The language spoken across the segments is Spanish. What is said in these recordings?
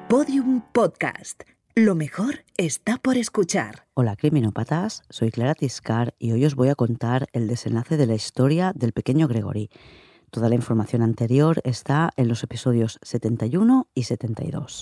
Podium Podcast. Lo mejor está por escuchar. Hola criminópatas, soy Clara Tiscar y hoy os voy a contar el desenlace de la historia del pequeño Gregory. Toda la información anterior está en los episodios 71 y 72.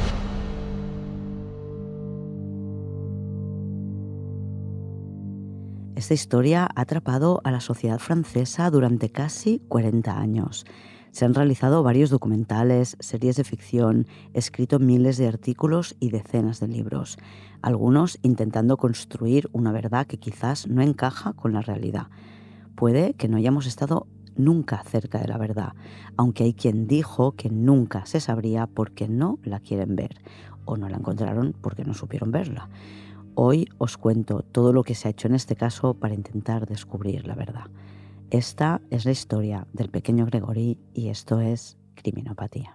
Esta historia ha atrapado a la sociedad francesa durante casi 40 años. Se han realizado varios documentales, series de ficción, escrito miles de artículos y decenas de libros, algunos intentando construir una verdad que quizás no encaja con la realidad. Puede que no hayamos estado nunca cerca de la verdad, aunque hay quien dijo que nunca se sabría porque no la quieren ver, o no la encontraron porque no supieron verla. Hoy os cuento todo lo que se ha hecho en este caso para intentar descubrir la verdad. Esta es la historia del pequeño Gregory y esto es Criminopatía.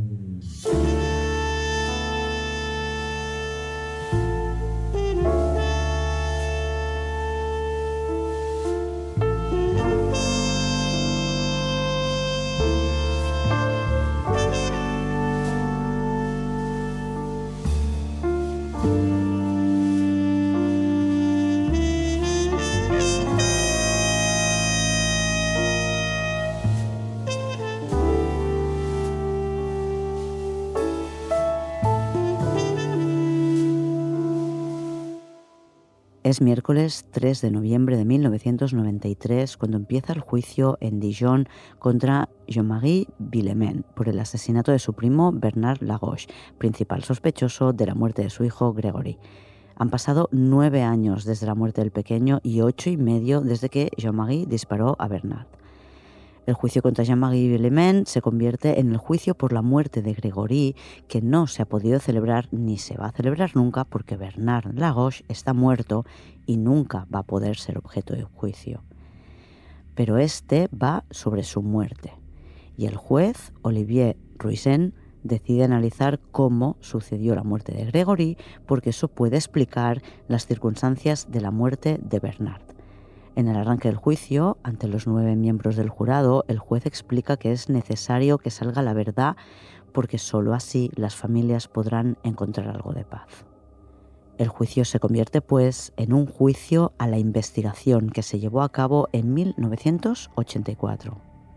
Es miércoles 3 de noviembre de 1993 cuando empieza el juicio en Dijon contra Jean-Marie Villemain por el asesinato de su primo Bernard Laroche, principal sospechoso de la muerte de su hijo Gregory. Han pasado 9 años desde la muerte del pequeño y 8 y medio desde que Jean-Marie disparó a Bernard. El juicio contra Jean-Marie Villemain se convierte en el juicio por la muerte de Gregory, que no se ha podido celebrar ni se va a celebrar nunca porque Bernard Laroche está muerto y nunca va a poder ser objeto de juicio. Pero este va sobre su muerte y el juez Olivier Roussin decide analizar cómo sucedió la muerte de Gregory porque eso puede explicar las circunstancias de la muerte de Bernard. En el arranque del juicio, ante los 9 miembros del jurado, el juez explica que es necesario que salga la verdad porque solo así las familias podrán encontrar algo de paz. El juicio se convierte, pues, en un juicio a la investigación que se llevó a cabo en 1984.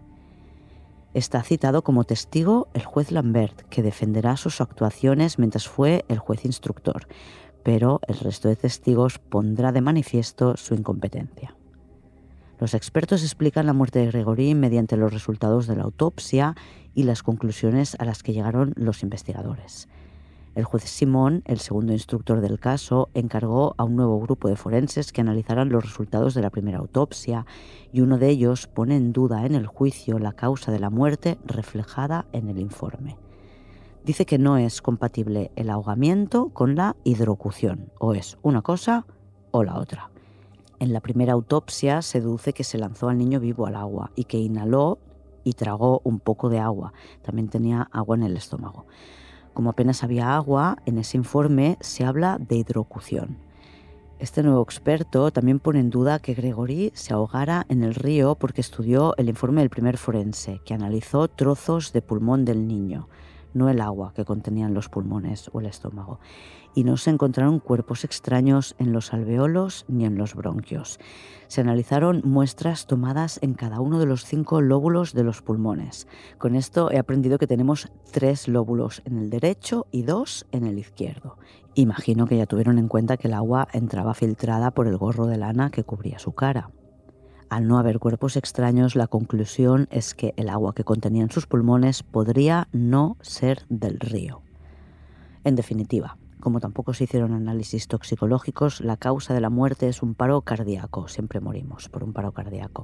Está citado como testigo el juez Lambert, que defenderá sus actuaciones mientras fue el juez instructor, pero el resto de testigos pondrá de manifiesto su incompetencia. Los expertos explican la muerte de Gregory mediante los resultados de la autopsia y las conclusiones a las que llegaron los investigadores. El juez Simon, el segundo instructor del caso, encargó a un nuevo grupo de forenses que analizaran los resultados de la primera autopsia y uno de ellos pone en duda en el juicio la causa de la muerte reflejada en el informe. Dice que no es compatible el ahogamiento con la hidrocución, o es una cosa o la otra. En la primera autopsia se deduce que se lanzó al niño vivo al agua y que inhaló y tragó un poco de agua. También tenía agua en el estómago. Como apenas había agua, en ese informe se habla de hidrocución. Este nuevo experto también pone en duda que Gregory se ahogara en el río porque estudió el informe del primer forense, que analizó trozos de pulmón del niño, no el agua que contenían los pulmones o el estómago. Y no se encontraron cuerpos extraños en los alveolos ni en los bronquios. Se analizaron muestras tomadas en cada uno de los 5 lóbulos de los pulmones. Con esto he aprendido que tenemos 3 lóbulos en el derecho y 2 en el izquierdo. Imagino que ya tuvieron en cuenta que el agua entraba filtrada por el gorro de lana que cubría su cara. Al no haber cuerpos extraños, la conclusión es que el agua que contenían sus pulmones podría no ser del río. En definitiva, como tampoco se hicieron análisis toxicológicos, la causa de la muerte es un paro cardíaco. Siempre morimos por un paro cardíaco.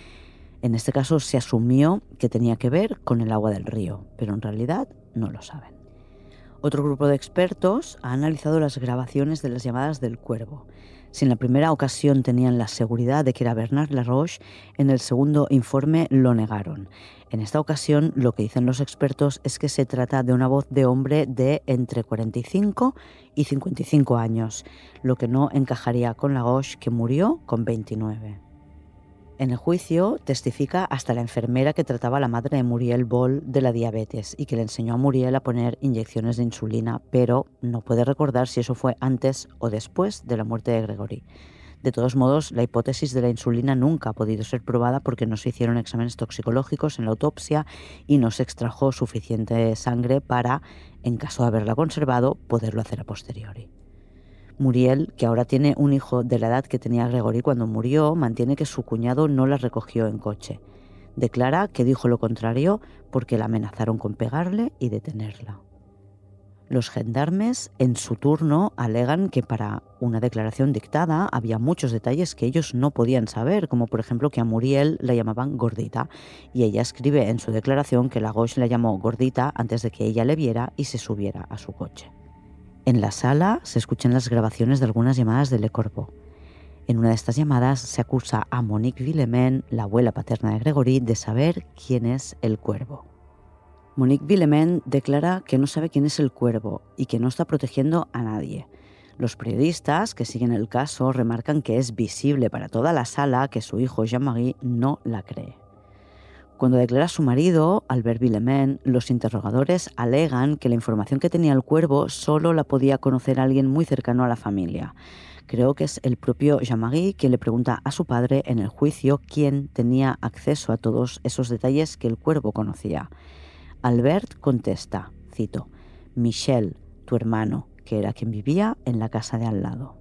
En este caso se asumió que tenía que ver con el agua del río, pero en realidad no lo saben. Otro grupo de expertos ha analizado las grabaciones de las llamadas del cuervo. Si en la primera ocasión tenían la seguridad de que era Bernard Laroche, en el segundo informe lo negaron. En esta ocasión, lo que dicen los expertos es que se trata de una voz de hombre de entre 45 y 55 años, lo que no encajaría con Laroche, que murió con 29. En el juicio testifica hasta la enfermera que trataba a la madre de Muriel Boll de la diabetes y que le enseñó a Muriel a poner inyecciones de insulina, pero no puede recordar si eso fue antes o después de la muerte de Gregory. De todos modos, la hipótesis de la insulina nunca ha podido ser probada porque no se hicieron exámenes toxicológicos en la autopsia y no se extrajo suficiente sangre para, en caso de haberla conservado, poderlo hacer a posteriori. Muriel, que ahora tiene un hijo de la edad que tenía Gregory cuando murió, mantiene que su cuñado no la recogió en coche. Declara que dijo lo contrario porque la amenazaron con pegarle y detenerla. Los gendarmes, en su turno, alegan que para una declaración dictada había muchos detalles que ellos no podían saber, como por ejemplo que a Muriel la llamaban gordita, y ella escribe en su declaración que Lagos la llamó gordita antes de que ella le viera y se subiera a su coche. En la sala se escuchan las grabaciones de algunas llamadas de Le Corbeau. En una de estas llamadas se acusa a Monique Villemain, la abuela paterna de Gregory, de saber quién es el cuervo. Monique Villemain declara que no sabe quién es el cuervo y que no está protegiendo a nadie. Los periodistas que siguen el caso remarcan que es visible para toda la sala que su hijo Jean-Marie no la cree. Cuando declara a su marido, Albert Villemain, los interrogadores alegan que la información que tenía el cuervo solo la podía conocer alguien muy cercano a la familia. Creo que es el propio Jean-Marie quien le pregunta a su padre en el juicio quién tenía acceso a todos esos detalles que el cuervo conocía. Albert contesta, cito, Michel, tu hermano, que era quien vivía en la casa de al lado.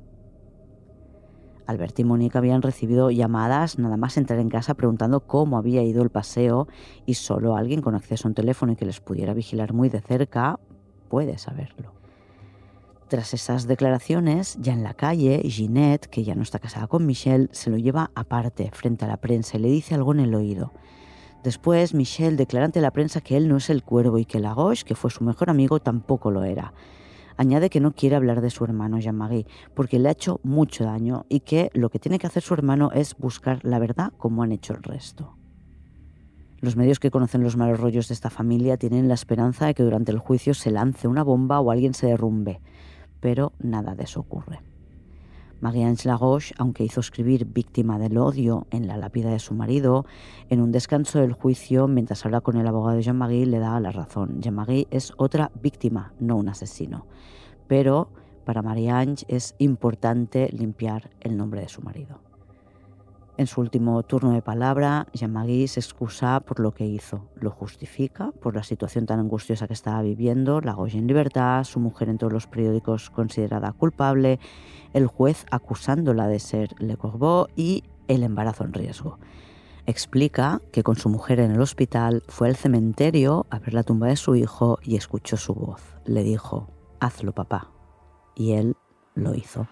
Albert y Monique habían recibido llamadas nada más entrar en casa preguntando cómo había ido el paseo y solo alguien con acceso a un teléfono y que les pudiera vigilar muy de cerca puede saberlo. Tras esas declaraciones, ya en la calle, Ginette, que ya no está casada con Michel, se lo lleva aparte frente a la prensa y le dice algo en el oído. Después, Michel declara ante la prensa que él no es el cuervo y que Lagos, que fue su mejor amigo, tampoco lo era. Añade que no quiere hablar de su hermano Jean-Marie porque le ha hecho mucho daño y que lo que tiene que hacer su hermano es buscar la verdad como han hecho el resto. Los medios que conocen los malos rollos de esta familia tienen la esperanza de que durante el juicio se lance una bomba o alguien se derrumbe, pero nada de eso ocurre. Marie-Ange Lagos, aunque hizo escribir víctima del odio en la lápida de su marido, en un descanso del juicio, mientras habla con el abogado de Jean-Marie, le da la razón. Jean-Marie es otra víctima, no un asesino. Pero para Marie-Ange es importante limpiar el nombre de su marido. En su último turno de palabra, Jean-Marie se excusa por lo que hizo. Lo justifica por la situación tan angustiosa que estaba viviendo, Lagos en libertad, su mujer en todos los periódicos considerada culpable, el juez acusándola de ser Le Corbeau y el embarazo en riesgo. Explica que con su mujer en el hospital fue al cementerio a ver la tumba de su hijo y escuchó su voz. Le dijo, hazlo papá. Y él lo hizo.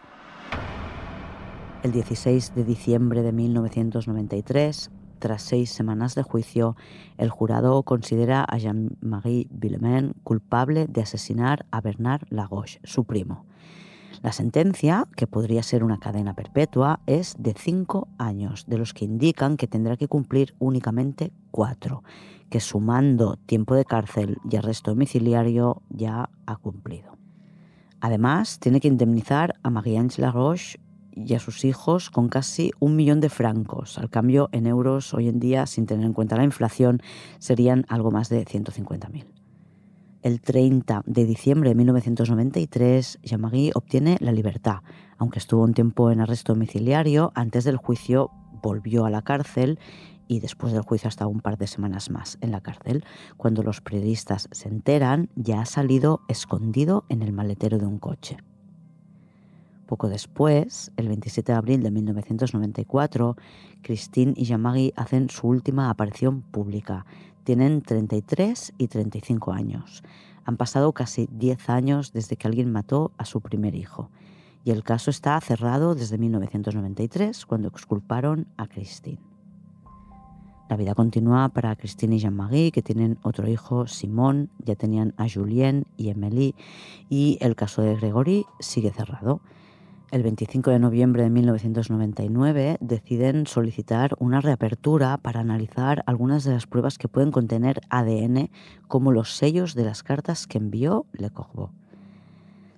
El 16 de diciembre de 1993, tras 6 semanas de juicio, el jurado considera a Jean-Marie Villemain culpable de asesinar a Bernard Lagos, su primo. La sentencia, que podría ser una cadena perpetua, es de 5 años, de los que indican que tendrá que cumplir únicamente 4, que sumando tiempo de cárcel y arresto domiciliario ya ha cumplido. Además, tiene que indemnizar a Marie-Ange Lagos y a sus hijos con casi 1 millón de francos. Al cambio, en euros, hoy en día, sin tener en cuenta la inflación, serían algo más de 150.000. El 30 de diciembre de 1993, Jean-Marie obtiene la libertad. Aunque estuvo un tiempo en arresto domiciliario, antes del juicio volvió a la cárcel y después del juicio hasta un par de semanas más en la cárcel. Cuando los periodistas se enteran, ya ha salido escondido en el maletero de un coche. Poco después, el 27 de abril de 1994, Christine y Jean-Marie hacen su última aparición pública. Tienen 33 y 35 años. Han pasado casi 10 años desde que alguien mató a su primer hijo. Y el caso está cerrado desde 1993, cuando exculparon a Christine. La vida continúa para Christine y Jean-Marie, que tienen otro hijo, Simon, ya tenían a Julien y Emily, y el caso de Gregory sigue cerrado. El 25 de noviembre de 1999 deciden solicitar una reapertura para analizar algunas de las pruebas que pueden contener ADN, como los sellos de las cartas que envió Le Corbeau.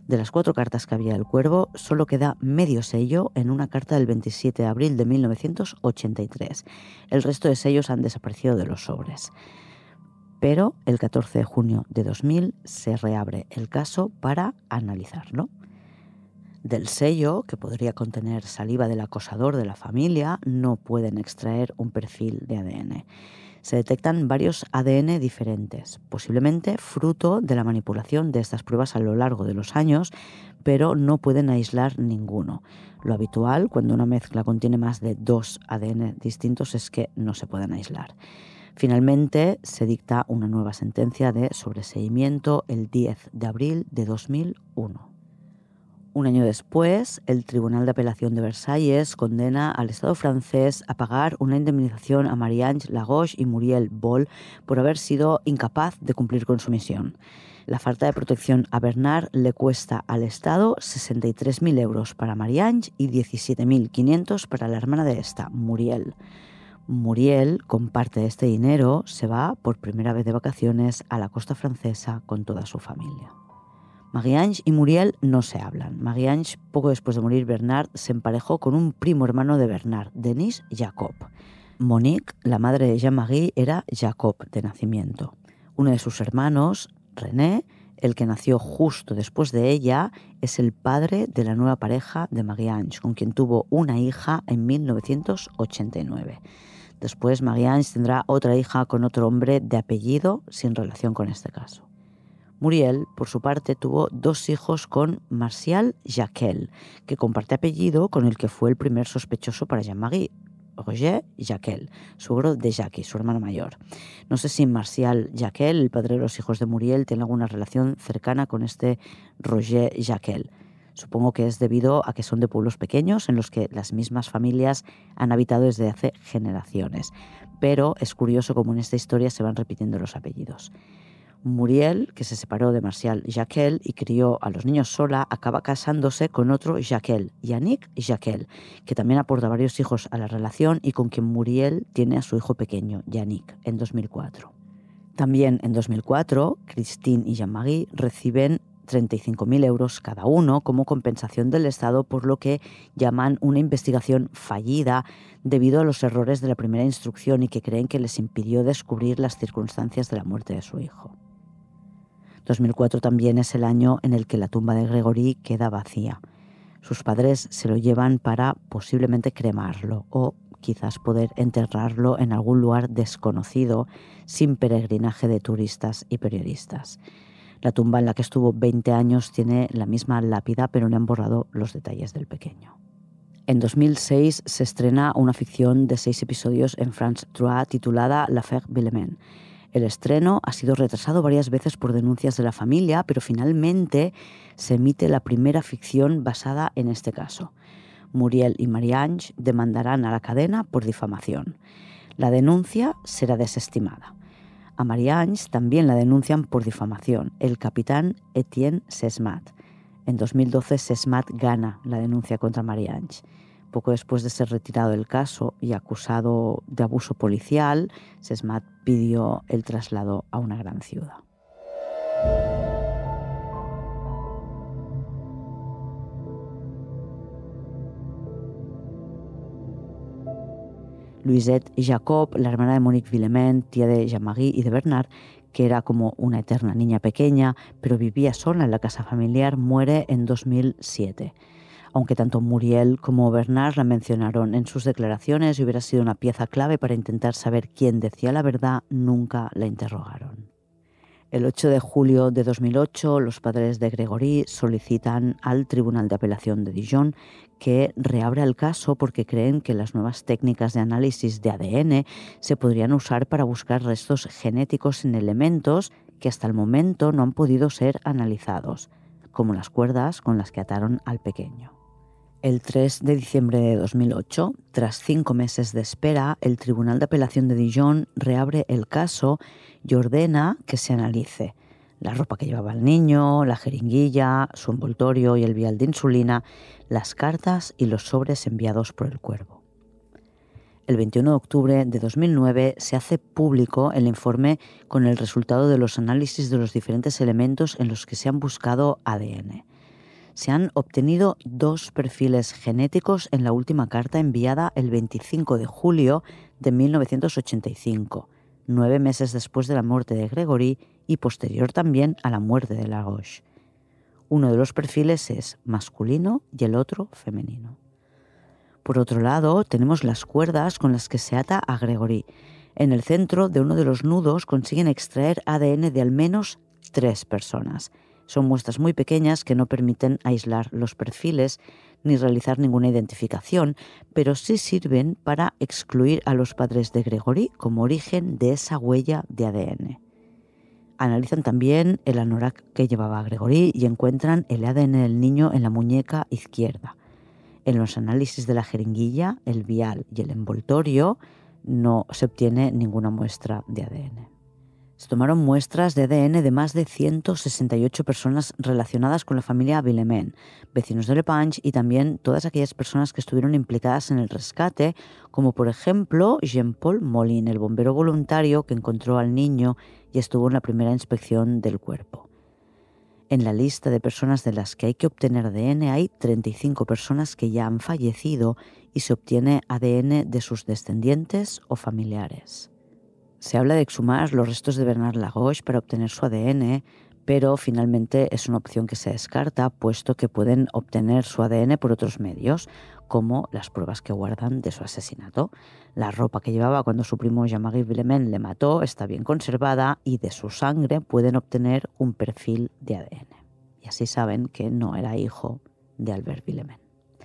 De las 4 cartas que había del cuervo, solo queda medio sello en una carta del 27 de abril de 1983. El resto de sellos han desaparecido de los sobres. Pero el 14 de junio de 2000 se reabre el caso para analizarlo. Del sello, que podría contener saliva del acosador de la familia, no pueden extraer un perfil de ADN. Se detectan varios ADN diferentes, posiblemente fruto de la manipulación de estas pruebas a lo largo de los años, pero no pueden aislar ninguno. Lo habitual, cuando una mezcla contiene más de 2 ADN distintos, es que no se pueden aislar. Finalmente, se dicta una nueva sentencia de sobreseimiento el 10 de abril de 2001. Un año después, el Tribunal de Apelación de Versalles condena al Estado francés a pagar una indemnización a Marie-Ange Lagouche y Muriel Boll por haber sido incapaz de cumplir con su misión. La falta de protección a Bernard le cuesta al Estado 63.000 euros para Marie-Ange y 17.500 para la hermana de esta, Muriel. Muriel, con parte de este dinero, se va por primera vez de vacaciones a la costa francesa con toda su familia. Marie-Ange y Muriel no se hablan. Marie-Ange, poco después de morir Bernard, se emparejó con un primo hermano de Bernard, Denis Jacob. Monique, la madre de Jean-Marie, era Jacob de nacimiento. Uno de sus hermanos, René, el que nació justo después de ella, es el padre de la nueva pareja de Marie-Ange, con quien tuvo una hija en 1989. Después Marie-Ange tendrá otra hija con otro hombre de apellido sin relación con este caso. Muriel, por su parte, tuvo 2 hijos con Martial Jacquel, que comparte apellido con el que fue el primer sospechoso para Jean-Marie, Roger Jacquel, suegro de Jackie, su hermano mayor. No sé si Martial Jacquel, el padre de los hijos de Muriel, tiene alguna relación cercana con este Roger Jacquel. Supongo que es debido a que son de pueblos pequeños en los que las mismas familias han habitado desde hace generaciones. Pero es curioso cómo en esta historia se van repitiendo los apellidos. Muriel, que se separó de Martial Jacquel y crió a los niños sola, acaba casándose con otro Jacquel, Yannick Jacquel, que también aporta varios hijos a la relación y con quien Muriel tiene a su hijo pequeño, Yannick, en 2004. También en 2004, Christine y Jean-Marie reciben 35.000 euros cada uno como compensación del Estado por lo que llaman una investigación fallida debido a los errores de la primera instrucción y que creen que les impidió descubrir las circunstancias de la muerte de su hijo. 2004 también es el año en el que la tumba de Gregory queda vacía. Sus padres se lo llevan para posiblemente cremarlo o quizás poder enterrarlo en algún lugar desconocido sin peregrinaje de turistas y periodistas. La tumba en la que estuvo 20 años tiene la misma lápida, pero le han borrado los detalles del pequeño. En 2006 se estrena una ficción de 6 episodios en France 3 titulada L'affaire Villemain. El estreno ha sido retrasado varias veces por denuncias de la familia, pero finalmente se emite la primera ficción basada en este caso. Muriel y Marie-Ange demandarán a la cadena por difamación. La denuncia será desestimada. A Marie-Ange también la denuncian por difamación, el capitán Etienne Sesmat. En 2012 Sesmat gana la denuncia contra Marie-Ange. Poco después de ser retirado del caso y acusado de abuso policial, Sesmat pidió el traslado a una gran ciudad. Louisette Jacob, la hermana de Monique Villemain, tía de Jean-Marie y de Bernard, que era como una eterna niña pequeña, pero vivía sola en la casa familiar, muere en 2007. Aunque tanto Muriel como Bernard la mencionaron en sus declaraciones y hubiera sido una pieza clave para intentar saber quién decía la verdad, nunca la interrogaron. El 8 de julio de 2008, los padres de Gregory solicitan al Tribunal de Apelación de Dijon que reabra el caso porque creen que las nuevas técnicas de análisis de ADN se podrían usar para buscar restos genéticos en elementos que hasta el momento no han podido ser analizados, como las cuerdas con las que ataron al pequeño. El 3 de diciembre de 2008, tras 5 meses de espera, el Tribunal de Apelación de Dijon reabre el caso y ordena que se analice la ropa que llevaba el niño, la jeringuilla, su envoltorio y el vial de insulina, las cartas y los sobres enviados por el cuervo. El 21 de octubre de 2009 se hace público el informe con el resultado de los análisis de los diferentes elementos en los que se han buscado ADN. Se han obtenido 2 perfiles genéticos en la última carta enviada el 25 de julio de 1985, 9 meses después de la muerte de Gregory y posterior también a la muerte de Lagos. Uno de los perfiles es masculino y el otro femenino. Por otro lado, tenemos las cuerdas con las que se ata a Gregory. En el centro de uno de los nudos consiguen extraer ADN de al menos 3 personas. Son muestras muy pequeñas que no permiten aislar los perfiles ni realizar ninguna identificación, pero sí sirven para excluir a los padres de Gregory como origen de esa huella de ADN. Analizan también el anorak que llevaba Gregory y encuentran el ADN del niño en la muñeca izquierda. En los análisis de la jeringuilla, el vial y el envoltorio no se obtiene ninguna muestra de ADN. Se tomaron muestras de ADN de más de 168 personas relacionadas con la familia Villemain, vecinos de Le Pange y también todas aquellas personas que estuvieron implicadas en el rescate, como por ejemplo Jean-Paul Molin, el bombero voluntario que encontró al niño y estuvo en la primera inspección del cuerpo. En la lista de personas de las que hay que obtener ADN hay 35 personas que ya han fallecido y se obtiene ADN de sus descendientes o familiares. Se habla de exhumar los restos de Bernard Lagos para obtener su ADN, pero finalmente es una opción que se descarta, puesto que pueden obtener su ADN por otros medios, como las pruebas que guardan de su asesinato. La ropa que llevaba cuando su primo Jean-Marie Villemain le mató está bien conservada y de su sangre pueden obtener un perfil de ADN. Y así saben que no era hijo de Albert Villemain.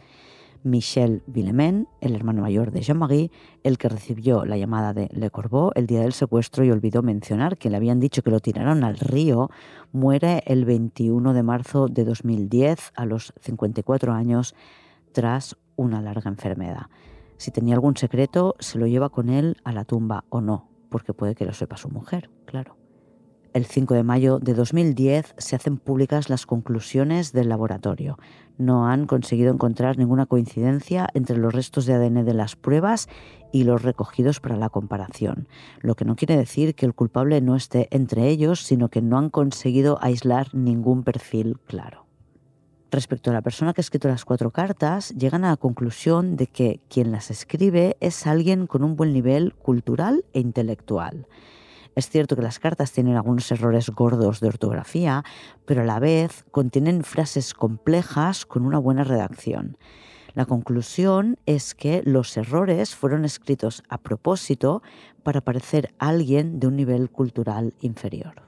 Michel Villemain, el hermano mayor de Jean-Marie, el que recibió la llamada de Le Corbeau el día del secuestro y olvidó mencionar que le habían dicho que lo tiraron al río, muere el 21 de marzo de 2010 a los 54 años tras una larga enfermedad. Si tenía algún secreto, se lo lleva con él a la tumba o no, porque puede que lo sepa su mujer, claro. El 5 de mayo de 2010 se hacen públicas las conclusiones del laboratorio. No han conseguido encontrar ninguna coincidencia entre los restos de ADN de las pruebas y los recogidos para la comparación, lo que no quiere decir que el culpable no esté entre ellos, sino que no han conseguido aislar ningún perfil claro. Respecto a la persona que ha escrito las 4 cartas, llegan a la conclusión de que quien las escribe es alguien con un buen nivel cultural e intelectual. Es cierto que las cartas tienen algunos errores gordos de ortografía, pero a la vez contienen frases complejas con una buena redacción. La conclusión es que los errores fueron escritos a propósito para parecer alguien de un nivel cultural inferior.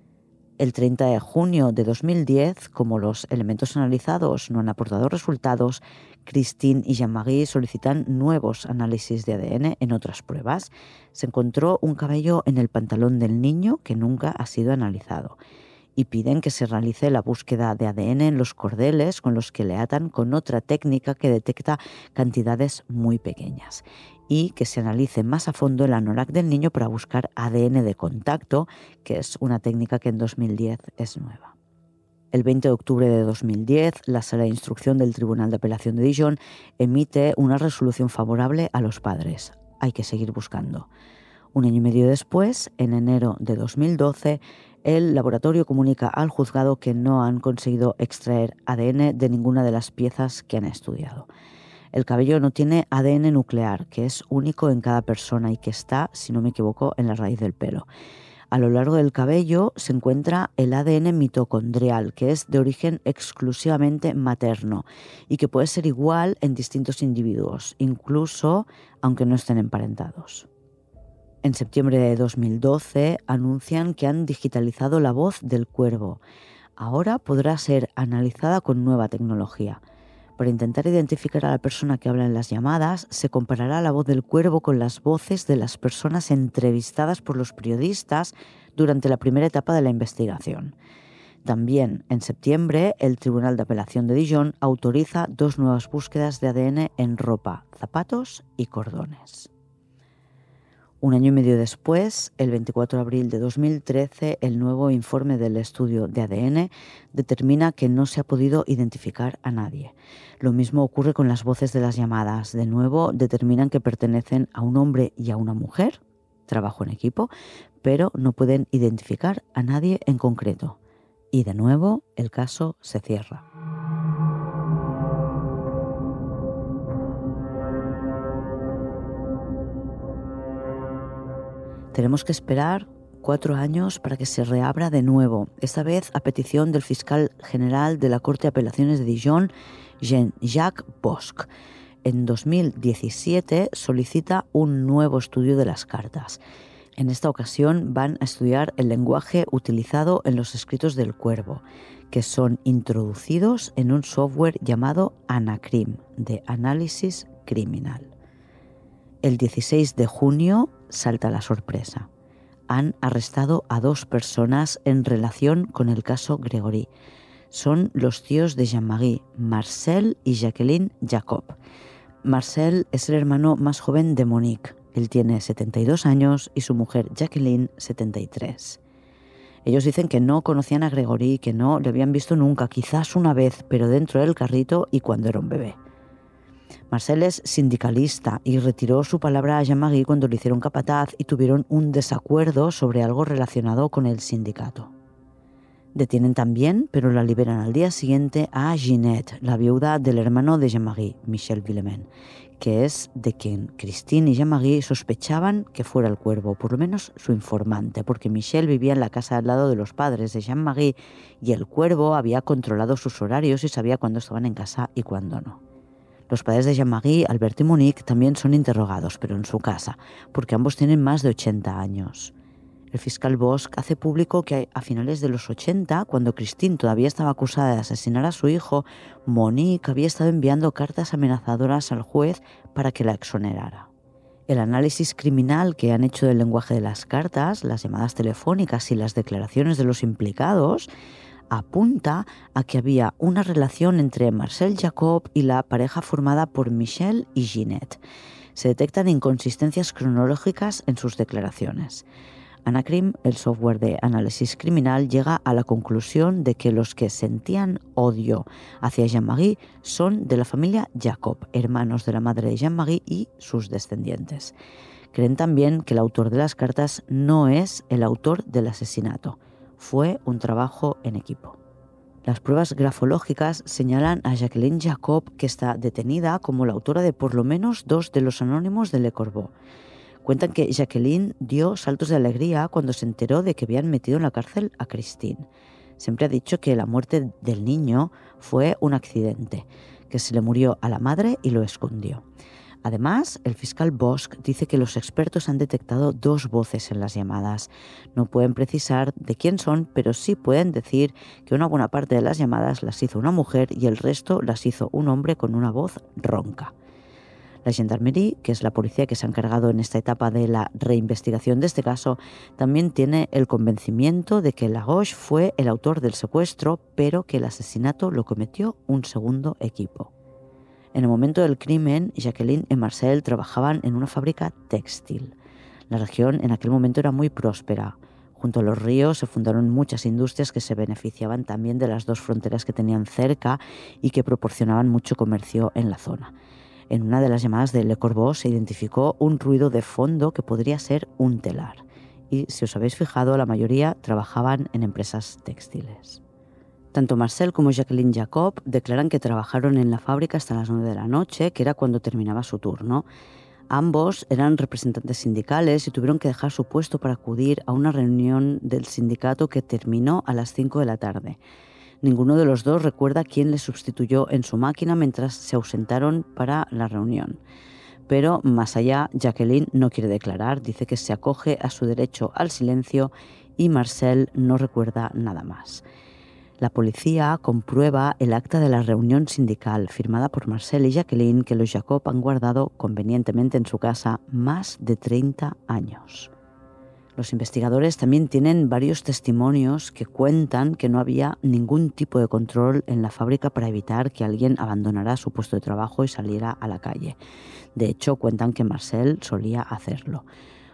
El 30 de junio de 2010, como los elementos analizados no han aportado resultados, Christine y Jean-Marie solicitan nuevos análisis de ADN en otras pruebas. Se encontró un cabello en el pantalón del niño que nunca ha sido analizado y piden que se realice la búsqueda de ADN en los cordeles con los que le atan con otra técnica que detecta cantidades muy pequeñas y que se analice más a fondo el anorak del niño para buscar ADN de contacto, que es una técnica que en 2010 es nueva. El 20 de octubre de 2010, la Sala de Instrucción del Tribunal de Apelación de Dijon emite una resolución favorable a los padres. Hay que seguir buscando. Un año y medio después, en enero de 2012, el laboratorio comunica al juzgado que no han conseguido extraer ADN de ninguna de las piezas que han estudiado. El cabello no tiene ADN nuclear, que es único en cada persona y que está, si no me equivoco, en la raíz del pelo. A lo largo del cabello se encuentra el ADN mitocondrial, que es de origen exclusivamente materno y que puede ser igual en distintos individuos, incluso aunque no estén emparentados. En septiembre de 2012 anuncian que han digitalizado la voz del cuervo. Ahora podrá ser analizada con nueva tecnología. Para intentar identificar a la persona que habla en las llamadas, se comparará la voz del cuervo con las voces de las personas entrevistadas por los periodistas durante la primera etapa de la investigación. También, en septiembre, el Tribunal de Apelación de Dijon autoriza 2 nuevas búsquedas de ADN en ropa, zapatos y cordones. Un año y medio después, el 24 de abril de 2013, el nuevo informe del estudio de ADN determina que no se ha podido identificar a nadie. Lo mismo ocurre con las voces de las llamadas. De nuevo, determinan que pertenecen a un hombre y a una mujer, trabajo en equipo, pero no pueden identificar a nadie en concreto. Y de nuevo, el caso se cierra. Tenemos que esperar 4 años para que se reabra de nuevo, esta vez a petición del fiscal general de la Corte de Apelaciones de Dijon, Jean-Jacques Bosch. En 2017 solicita un nuevo estudio de las cartas. En esta ocasión van a estudiar el lenguaje utilizado en los escritos del Cuervo, que son introducidos en un software llamado Anacrim, de Análisis Criminal. El 16 de junio salta la sorpresa. Han arrestado a 2 personas en relación con el caso Gregory. Son los tíos de Jean-Marie, Marcel y Jacqueline Jacob. Marcel es el hermano más joven de Monique. Él tiene 72 años y su mujer Jacqueline 73. Ellos dicen que no conocían a Gregory, que no le habían visto nunca, quizás una vez, pero dentro del carrito y cuando era un bebé. Marcel es sindicalista y retiró su palabra a Jean-Marie cuando le hicieron capataz y tuvieron un desacuerdo sobre algo relacionado con el sindicato. Detienen también, pero la liberan al día siguiente, a Ginette, la viuda del hermano de Jean-Marie, Michel Villemain, que es de quien Christine y Jean-Marie sospechaban que fuera el Cuervo, por lo menos su informante, porque Michel vivía en la casa al lado de los padres de Jean-Marie y el Cuervo había controlado sus horarios y sabía cuándo estaban en casa y cuándo no. Los padres de Jean-Marie, Albert y Monique, también son interrogados, pero en su casa, porque ambos tienen más de 80 años. El fiscal Bosch hace público que a finales de los 80, cuando Christine todavía estaba acusada de asesinar a su hijo, Monique había estado enviando cartas amenazadoras al juez para que la exonerara. El análisis criminal que han hecho del lenguaje de las cartas, las llamadas telefónicas y las declaraciones de los implicados apunta a que había una relación entre Marcel Jacob y la pareja formada por Michel y Ginette. Se detectan inconsistencias cronológicas en sus declaraciones. Anacrim, el software de análisis criminal, llega a la conclusión de que los que sentían odio hacia Jean-Marie son de la familia Jacob, hermanos de la madre de Jean-Marie y sus descendientes. Creen también que el autor de las cartas no es el autor del asesinato. Fue un trabajo en equipo. Las pruebas grafológicas señalan a Jacqueline Jacob, que está detenida como la autora de por lo menos 2 de los anónimos de Le Corbeau. Cuentan que Jacqueline dio saltos de alegría cuando se enteró de que habían metido en la cárcel a Christine. Siempre ha dicho que la muerte del niño fue un accidente, que se le murió a la madre y lo escondió. Además, el fiscal Bosch dice que los expertos han detectado 2 voces en las llamadas. No pueden precisar de quién son, pero sí pueden decir que una buena parte de las llamadas las hizo una mujer y el resto las hizo un hombre con una voz ronca. La Gendarmerie, que es la policía que se ha encargado en esta etapa de la reinvestigación de este caso, también tiene el convencimiento de que Lagos fue el autor del secuestro, pero que el asesinato lo cometió un segundo equipo. En el momento del crimen, Jacqueline y Marcel trabajaban en una fábrica textil. La región en aquel momento era muy próspera. Junto a los ríos se fundaron muchas industrias que se beneficiaban también de las 2 fronteras que tenían cerca y que proporcionaban mucho comercio en la zona. En una de las llamadas de Le Corbeau se identificó un ruido de fondo que podría ser un telar. Y si os habéis fijado, la mayoría trabajaban en empresas textiles. Tanto Marcel como Jacqueline Jacob declaran que trabajaron en la fábrica hasta las 9 de la noche, que era cuando terminaba su turno. Ambos eran representantes sindicales y tuvieron que dejar su puesto para acudir a una reunión del sindicato que terminó a las 5 de la tarde. Ninguno de los 2 recuerda quién les sustituyó en su máquina mientras se ausentaron para la reunión. Pero más allá, Jacqueline no quiere declarar, dice que se acoge a su derecho al silencio y Marcel no recuerda nada más. La policía comprueba el acta de la reunión sindical firmada por Marcel y Jacqueline que los Jacob han guardado convenientemente en su casa más de 30 años. Los investigadores también tienen varios testimonios que cuentan que no había ningún tipo de control en la fábrica para evitar que alguien abandonara su puesto de trabajo y saliera a la calle. De hecho, cuentan que Marcel solía hacerlo.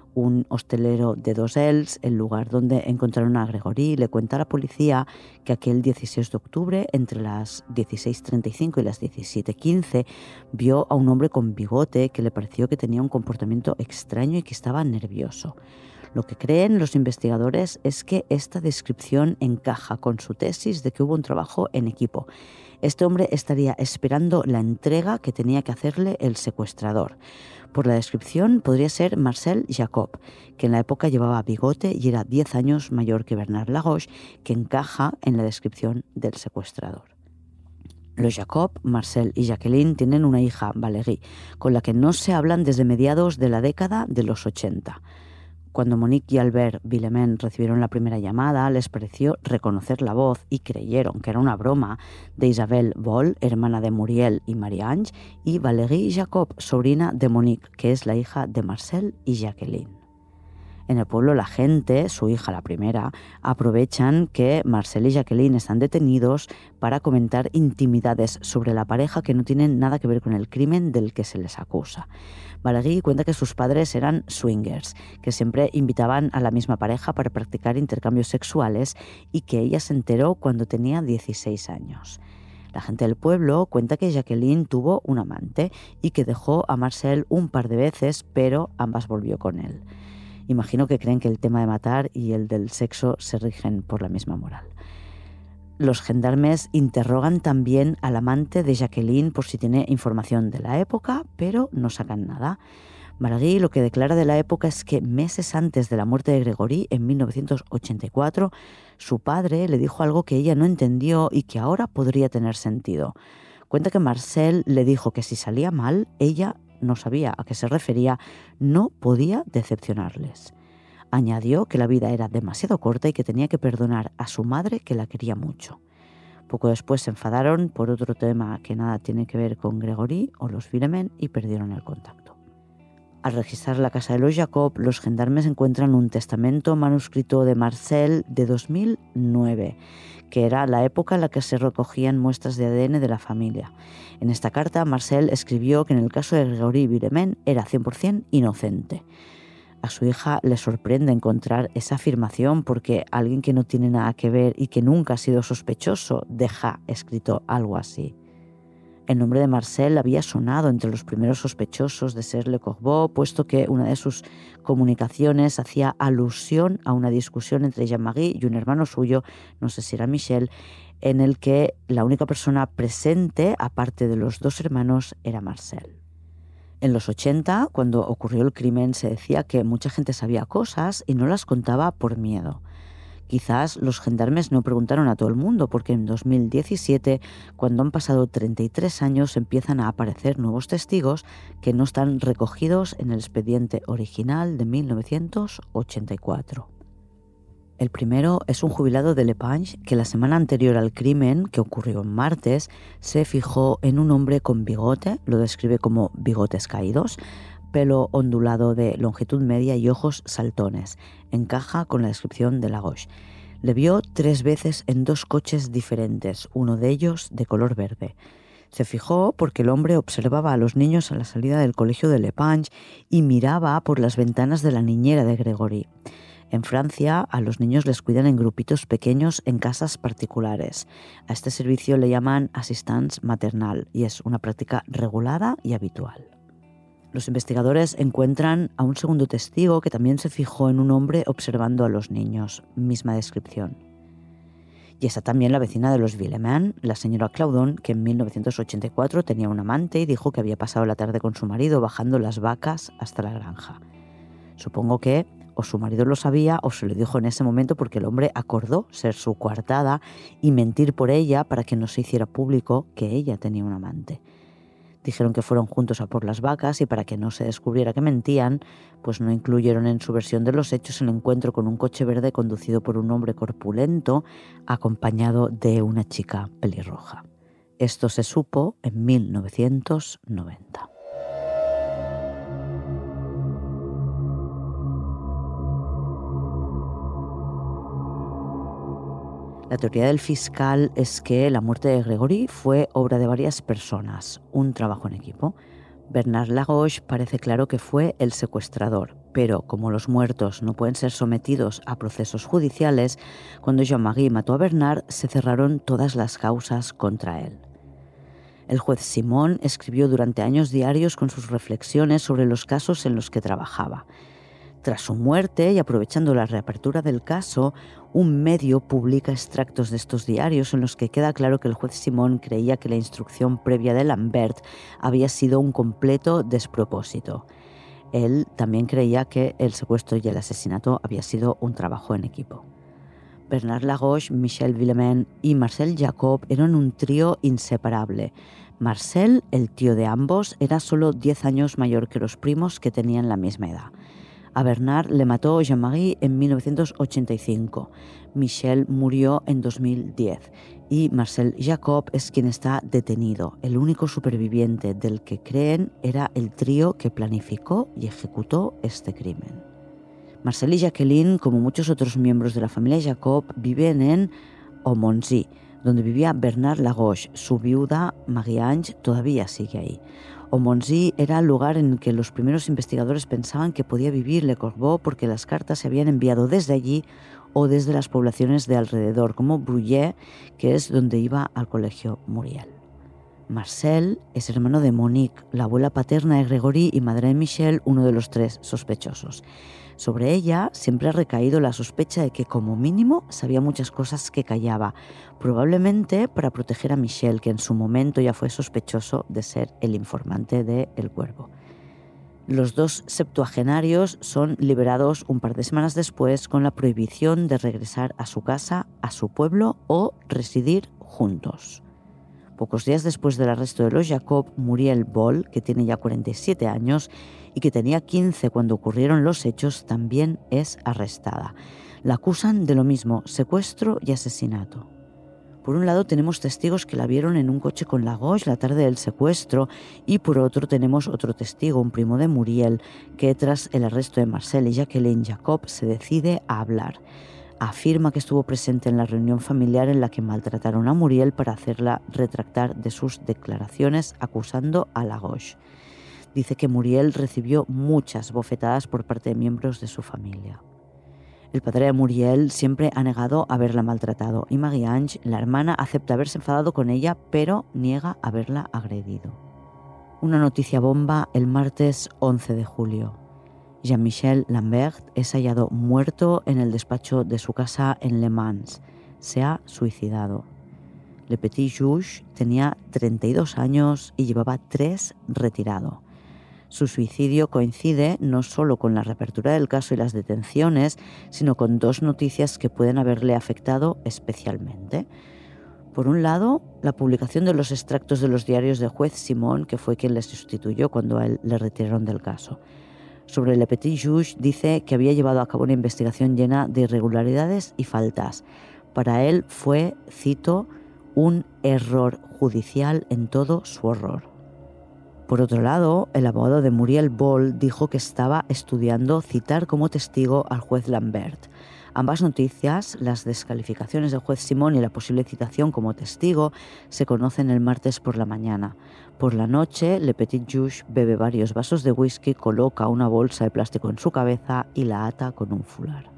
Un hostelero de Dosels, el lugar donde encontraron a Gregory, le cuenta a la policía que aquel 16 de octubre, entre las 16:35 y las 17:15, vio a un hombre con bigote que le pareció que tenía un comportamiento extraño y que estaba nervioso. Lo que creen los investigadores es que esta descripción encaja con su tesis de que hubo un trabajo en equipo. Este hombre estaría esperando la entrega que tenía que hacerle el secuestrador. Por la descripción podría ser Marcel Jacob, que en la época llevaba bigote y era 10 años mayor que Bernard Lagos, que encaja en la descripción del secuestrador. Los Jacob, Marcel y Jacqueline tienen una hija, Valérie, con la que no se hablan desde mediados de la década de los 80. Cuando Monique y Albert Villemain recibieron la primera llamada, les pareció reconocer la voz y creyeron que era una broma de Isabelle Boll, hermana de Muriel y Marie-Ange, y Valérie Jacob, sobrina de Monique, que es la hija de Marcel y Jacqueline. En el pueblo la gente, su hija la primera, aprovechan que Marcel y Jacqueline están detenidos para comentar intimidades sobre la pareja que no tienen nada que ver con el crimen del que se les acusa. Valérie cuenta que sus padres eran swingers, que siempre invitaban a la misma pareja para practicar intercambios sexuales y que ella se enteró cuando tenía 16 años. La gente del pueblo cuenta que Jacqueline tuvo un amante y que dejó a Marcel un par de veces, pero ambas volvió con él. Imagino que creen que el tema de matar y el del sexo se rigen por la misma moral. Los gendarmes interrogan también al amante de Jacqueline por si tiene información de la época, pero no sacan nada. Valérie lo que declara de la época es que meses antes de la muerte de Gregory, en 1984, su padre le dijo algo que ella no entendió y que ahora podría tener sentido. Cuenta que Marcel le dijo que si salía mal, ella no sabía a qué se refería, no podía decepcionarles. Añadió que la vida era demasiado corta y que tenía que perdonar a su madre, que la quería mucho. Poco después se enfadaron por otro tema que nada tiene que ver con Gregory o los Villemain y perdieron el contacto. Al registrar la casa de los Jacob, los gendarmes encuentran un testamento manuscrito de Marcel de 2009, que era la época en la que se recogían muestras de ADN de la familia. En esta carta, Marcel escribió que en el caso de Gregory Villemain era 100% inocente. A su hija le sorprende encontrar esa afirmación porque alguien que no tiene nada que ver y que nunca ha sido sospechoso deja escrito algo así. El nombre de Marcel había sonado entre los primeros sospechosos de ser Le Corbeau, puesto que una de sus comunicaciones hacía alusión a una discusión entre Jean-Marie y un hermano suyo, no sé si era Michel, en el que la única persona presente, aparte de los dos hermanos, era Marcel. En los 80, cuando ocurrió el crimen, se decía que mucha gente sabía cosas y no las contaba por miedo. Quizás los gendarmes no preguntaron a todo el mundo, porque en 2017, cuando han pasado 33 años, empiezan a aparecer nuevos testigos que no están recogidos en el expediente original de 1984. El primero es un jubilado de Lepage que la semana anterior al crimen, que ocurrió en martes, se fijó en un hombre con bigote, lo describe como bigotes caídos, pelo ondulado de longitud media y ojos saltones. Encaja con la descripción de Lagos. Le vio 3 veces en 2 coches diferentes, uno de ellos de color verde. Se fijó porque el hombre observaba a los niños a la salida del colegio de Lepage y miraba por las ventanas de la niñera de Gregory. En Francia, a los niños les cuidan en grupitos pequeños en casas particulares. A este servicio le llaman assistance maternal y es una práctica regulada y habitual. Los investigadores encuentran a un segundo testigo que también se fijó en un hombre observando a los niños, misma descripción. Y está también la vecina de los Villemain, la señora Claudon, que en 1984 tenía un amante y dijo que había pasado la tarde con su marido bajando las vacas hasta la granja. Supongo que o su marido lo sabía o se lo dijo en ese momento porque el hombre acordó ser su coartada y mentir por ella para que no se hiciera público que ella tenía un amante. Dijeron que fueron juntos a por las vacas y para que no se descubriera que mentían, pues no incluyeron en su versión de los hechos el encuentro con un coche verde conducido por un hombre corpulento acompañado de una chica pelirroja. Esto se supo en 1990. La teoría del fiscal es que la muerte de Gregory fue obra de varias personas, un trabajo en equipo. Bernard Lagos parece claro que fue el secuestrador, pero como los muertos no pueden ser sometidos a procesos judiciales, cuando Jean-Marie mató a Bernard se cerraron todas las causas contra él. El juez Simon escribió durante años diarios con sus reflexiones sobre los casos en los que trabajaba. Tras su muerte y aprovechando la reapertura del caso, un medio publica extractos de estos diarios en los que queda claro que el juez Simón creía que la instrucción previa de Lambert había sido un completo despropósito. Él también creía que el secuestro y el asesinato había sido un trabajo en equipo. Bernard Lagos, Michel Villemain y Marcel Jacob eran un trío inseparable. Marcel, el tío de ambos, era solo 10 años mayor que los primos que tenían la misma edad. A Bernard le mató Jean-Marie en 1985, Michel murió en 2010 y Marcel Jacob es quien está detenido. El único superviviente del que creen era el trío que planificó y ejecutó este crimen. Marcel y Jacqueline, como muchos otros miembros de la familia Jacob, viven en Aumonzy, donde vivía Bernard Lagos. Su viuda, Marie-Ange, todavía sigue ahí. Aumonzy era el lugar en el que los primeros investigadores pensaban que podía vivir Le Corbeau porque las cartas se habían enviado desde allí o desde las poblaciones de alrededor, como Bruyères, que es donde iba al colegio Muriel. Marcel es hermano de Monique, la abuela paterna de Gregory y madre de Michel, uno de los 3 sospechosos. Sobre ella siempre ha recaído la sospecha de que, como mínimo, sabía muchas cosas que callaba, probablemente para proteger a Michel, que en su momento ya fue sospechoso de ser el informante de El Cuervo. Los 2 septuagenarios son liberados un par de semanas después con la prohibición de regresar a su casa, a su pueblo o residir juntos. Pocos días después del arresto de los Jacob, Muriel Boll, que tiene ya 47 años y que tenía 15 cuando ocurrieron los hechos, también es arrestada. La acusan de lo mismo, secuestro y asesinato. Por un lado tenemos testigos que la vieron en un coche con Lagos la tarde del secuestro y por otro tenemos otro testigo, un primo de Muriel, que tras el arresto de Marcel y Jacqueline Jacob se decide a hablar. Afirma que estuvo presente en la reunión familiar en la que maltrataron a Muriel para hacerla retractar de sus declaraciones acusando a Lagos. Dice que Muriel recibió muchas bofetadas por parte de miembros de su familia. El padre de Muriel siempre ha negado haberla maltratado y Marie-Ange, la hermana, acepta haberse enfadado con ella, pero niega haberla agredido. Una noticia bomba el martes 11 de julio. Jean-Michel Lambert es hallado muerto en el despacho de su casa en Le Mans. Se ha suicidado. Le Petit Juge tenía 32 años y llevaba 3 retirado. Su suicidio coincide no solo con la reapertura del caso y las detenciones, sino con 2 noticias que pueden haberle afectado especialmente. Por un lado, la publicación de los extractos de los diarios del juez Simón, que fue quien le sustituyó cuando a él le retiraron del caso. Sobre Le Petit Juge dice que había llevado a cabo una investigación llena de irregularidades y faltas. Para él fue, cito, un error judicial en todo su horror. Por otro lado, el abogado de Muriel Boll dijo que estaba estudiando citar como testigo al juez Lambert. Ambas noticias, las descalificaciones del juez Simón y la posible citación como testigo, se conocen el martes por la mañana. Por la noche, Le Petit Juge bebe varios vasos de whisky, coloca una bolsa de plástico en su cabeza y la ata con un fular.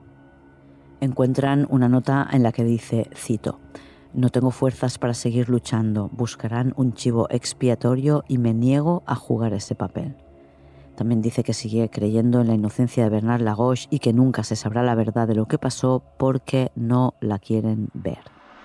Encuentran una nota en la que dice, cito, «No tengo fuerzas para seguir luchando, buscarán un chivo expiatorio y me niego a jugar ese papel». También dice que sigue creyendo en la inocencia de Bernard Lagos y que nunca se sabrá la verdad de lo que pasó porque no la quieren ver.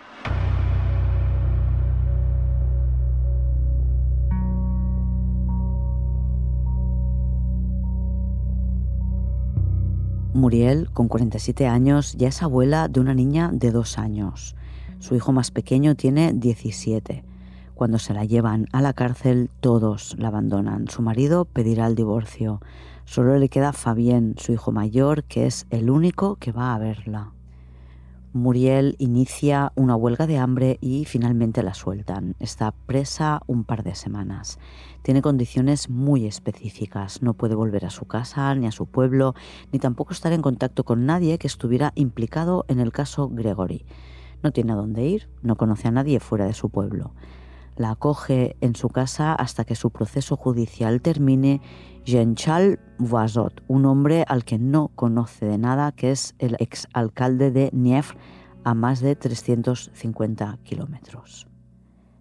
Muriel, con 47 años, ya es abuela de una niña de 2 años. Su hijo más pequeño tiene 17. Cuando se la llevan a la cárcel, todos la abandonan. Su marido pedirá el divorcio. Solo le queda Fabien, su hijo mayor, que es el único que va a verla. Muriel inicia una huelga de hambre y finalmente la sueltan. Está presa un par de semanas. Tiene condiciones muy específicas. No puede volver a su casa, ni a su pueblo, ni tampoco estar en contacto con nadie que estuviera implicado en el caso Gregory. No tiene a dónde ir, no conoce a nadie fuera de su pueblo. La acoge en su casa hasta que su proceso judicial termine Jean-Charles Voizot, un hombre al que no conoce de nada, que es el exalcalde de Nièvre, a más de 350 kilómetros.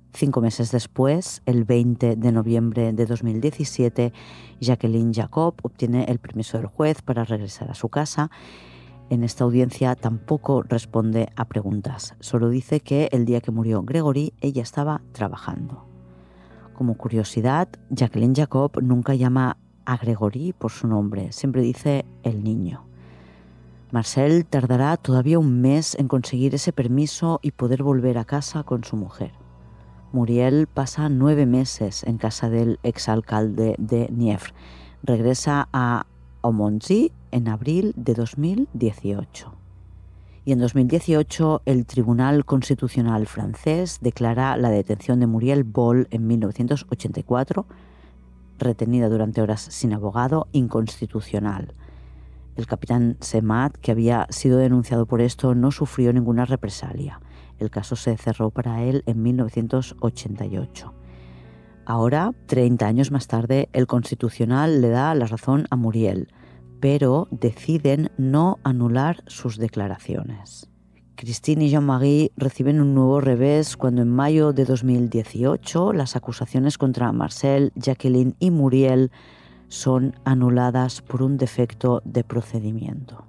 5 meses después, el 20 de noviembre de 2017, Jacqueline Jacob obtiene el permiso del juez para regresar a su casa. En esta audiencia tampoco responde a preguntas, solo dice que el día que murió Gregory ella estaba trabajando. Como curiosidad, Jacqueline Jacob nunca llama a Gregory por su nombre, siempre dice el niño. Marcel tardará todavía un mes en conseguir ese permiso y poder volver a casa con su mujer. Muriel pasa 9 meses en casa del exalcalde de Nièvre. Regresa a Aumonzy en abril de 2018. Y en 2018 el Tribunal Constitucional francés declara la detención de Muriel Boll en 1984, retenida durante horas sin abogado, inconstitucional. El capitán Semat, que había sido denunciado por esto, no sufrió ninguna represalia. El caso se cerró para él en 1988. Ahora, 30 años más tarde, el Constitucional le da la razón a Muriel, pero deciden no anular sus declaraciones. Christine y Jean-Marie reciben un nuevo revés cuando en mayo de 2018 las acusaciones contra Marcel, Jacqueline y Muriel son anuladas por un defecto de procedimiento.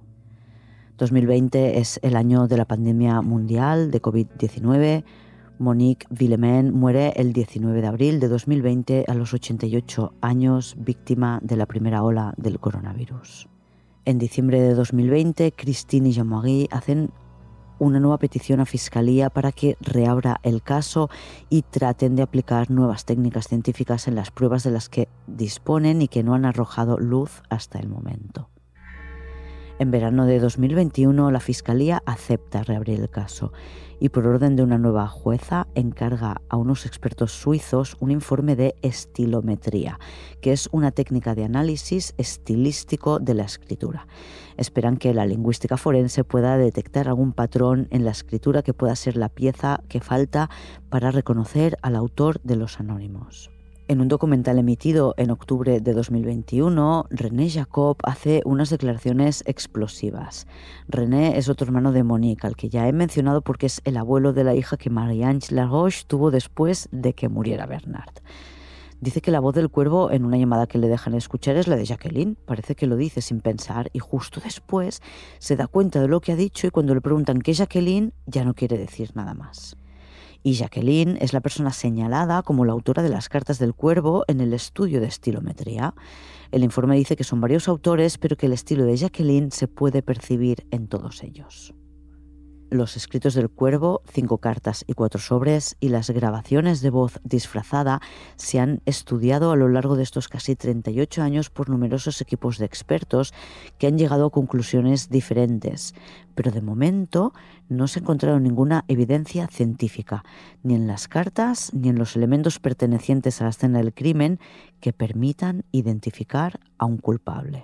2020 es el año de la pandemia mundial de COVID-19. Monique Villemain muere el 19 de abril de 2020 a los 88 años, víctima de la primera ola del coronavirus. En diciembre de 2020, Christine y Jean-Marie hacen una nueva petición a Fiscalía para que reabra el caso y traten de aplicar nuevas técnicas científicas en las pruebas de las que disponen y que no han arrojado luz hasta el momento. En verano de 2021, la Fiscalía acepta reabrir el caso y por orden de una nueva jueza encarga a unos expertos suizos un informe de estilometría, que es una técnica de análisis estilístico de la escritura. Esperan que la lingüística forense pueda detectar algún patrón en la escritura que pueda ser la pieza que falta para reconocer al autor de los anónimos. En un documental emitido en octubre de 2021, René Jacob hace unas declaraciones explosivas. René es otro hermano de Monique, al que ya he mencionado porque es el abuelo de la hija que Marie-Ange Laroche tuvo después de que muriera Bernard. Dice que la voz del cuervo en una llamada que le dejan escuchar es la de Jacqueline. Parece que lo dice sin pensar y justo después se da cuenta de lo que ha dicho y cuando le preguntan qué es Jacqueline ya no quiere decir nada más. Y Jacqueline es la persona señalada como la autora de las cartas del cuervo en el estudio de estilometría. El informe dice que son varios autores, pero que el estilo de Jacqueline se puede percibir en todos ellos. Los escritos del cuervo, 5 cartas y 4 sobres, y las grabaciones de voz disfrazada se han estudiado a lo largo de estos casi 38 años por numerosos equipos de expertos que han llegado a conclusiones diferentes, pero de momento no se ha encontrado ninguna evidencia científica, ni en las cartas ni en los elementos pertenecientes a la escena del crimen que permitan identificar a un culpable.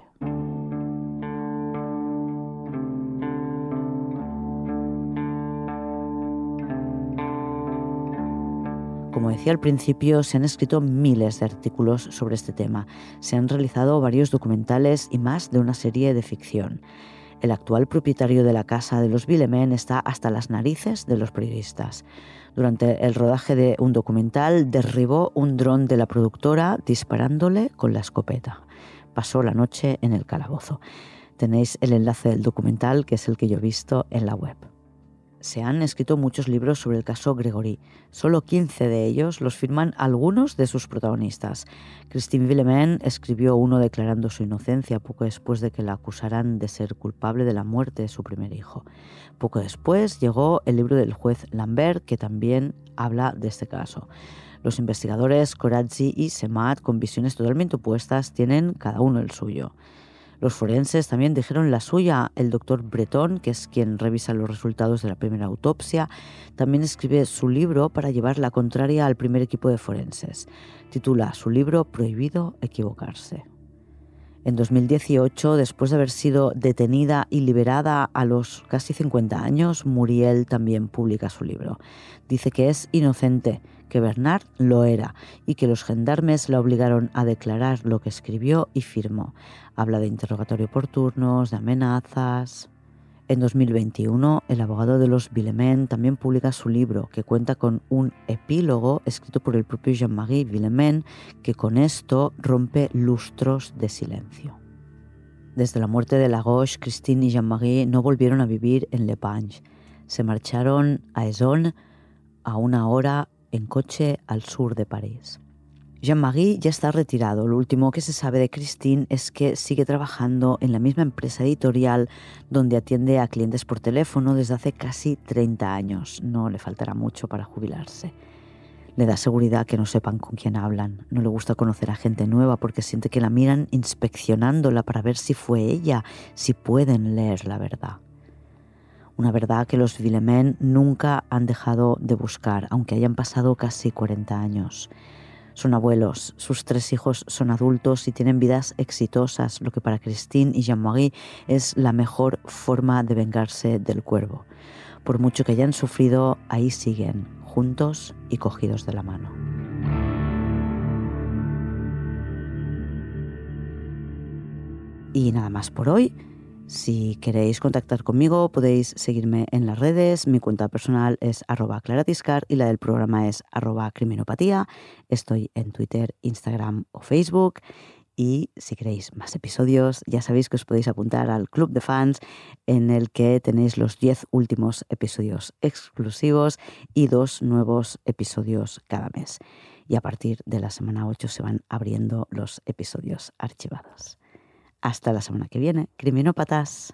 Como decía al principio, se han escrito miles de artículos sobre este tema. Se han realizado varios documentales y más de una serie de ficción. El actual propietario de la casa de los Villemain está hasta las narices de los periodistas. Durante el rodaje de un documental, derribó un dron de la productora disparándole con la escopeta. Pasó la noche en el calabozo. Tenéis el enlace del documental, que es el que yo he visto en la web. Se han escrito muchos libros sobre el caso Gregory. Solo 15 de ellos los firman algunos de sus protagonistas. Christine Villemain escribió uno declarando su inocencia poco después de que la acusaran de ser culpable de la muerte de su primer hijo. Poco después llegó el libro del juez Lambert, que también habla de este caso. Los investigadores Corazzi y Semat, con visiones totalmente opuestas, tienen cada uno el suyo. Los forenses también dijeron la suya. El doctor Breton, que es quien revisa los resultados de la primera autopsia, también escribe su libro para llevar la contraria al primer equipo de forenses. Titula su libro Prohibido equivocarse. En 2018, después de haber sido detenida y liberada a los casi 50 años, Muriel también publica su libro. Dice que es inocente, que Bernard lo era y que los gendarmes la obligaron a declarar lo que escribió y firmó. Habla de interrogatorio por turnos, de amenazas. En 2021, el abogado de los Villemain también publica su libro, que cuenta con un epílogo escrito por el propio Jean-Marie Villemain, que con esto rompe lustros de silencio. Desde la muerte de Lagos, Christine y Jean-Marie no volvieron a vivir en Le Pange. Se marcharon a Essonnes, a 1 hora en coche al sur de París. Jean-Marie ya está retirado. Lo último que se sabe de Christine es que sigue trabajando en la misma empresa editorial donde atiende a clientes por teléfono desde hace casi 30 años. No le faltará mucho para jubilarse. Le da seguridad que no sepan con quién hablan. No le gusta conocer a gente nueva porque siente que la miran inspeccionándola para ver si fue ella, si pueden leer la verdad. Una verdad que los Villemain nunca han dejado de buscar, aunque hayan pasado casi 40 años. Son abuelos, sus 3 hijos son adultos y tienen vidas exitosas, lo que para Christine y Jean-Marie es la mejor forma de vengarse del cuervo. Por mucho que hayan sufrido, ahí siguen, juntos y cogidos de la mano. Y nada más por hoy. Si queréis contactar conmigo, podéis seguirme en las redes. Mi cuenta personal es @claratiscar y la del programa es @criminopatía. Estoy en Twitter, Instagram o Facebook. Y si queréis más episodios, ya sabéis que os podéis apuntar al Club de Fans, en el que tenéis los 10 últimos episodios exclusivos y 2 nuevos episodios cada mes. Y a partir de la semana 8 se van abriendo los episodios archivados. Hasta la semana que viene, criminópatas.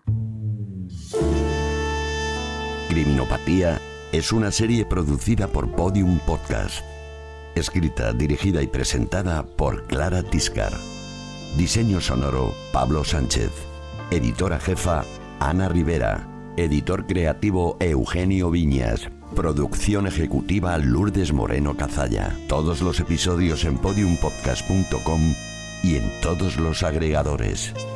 Criminopatía es una serie producida por Podium Podcast. Escrita, dirigida y presentada por Clara Tiscar. Diseño sonoro, Pablo Sánchez. Editora jefa, Ana Rivera. Editor creativo, Eugenio Viñas. Producción ejecutiva, Lourdes Moreno Cazalla. Todos los episodios en podiumpodcast.com y en todos los agregadores.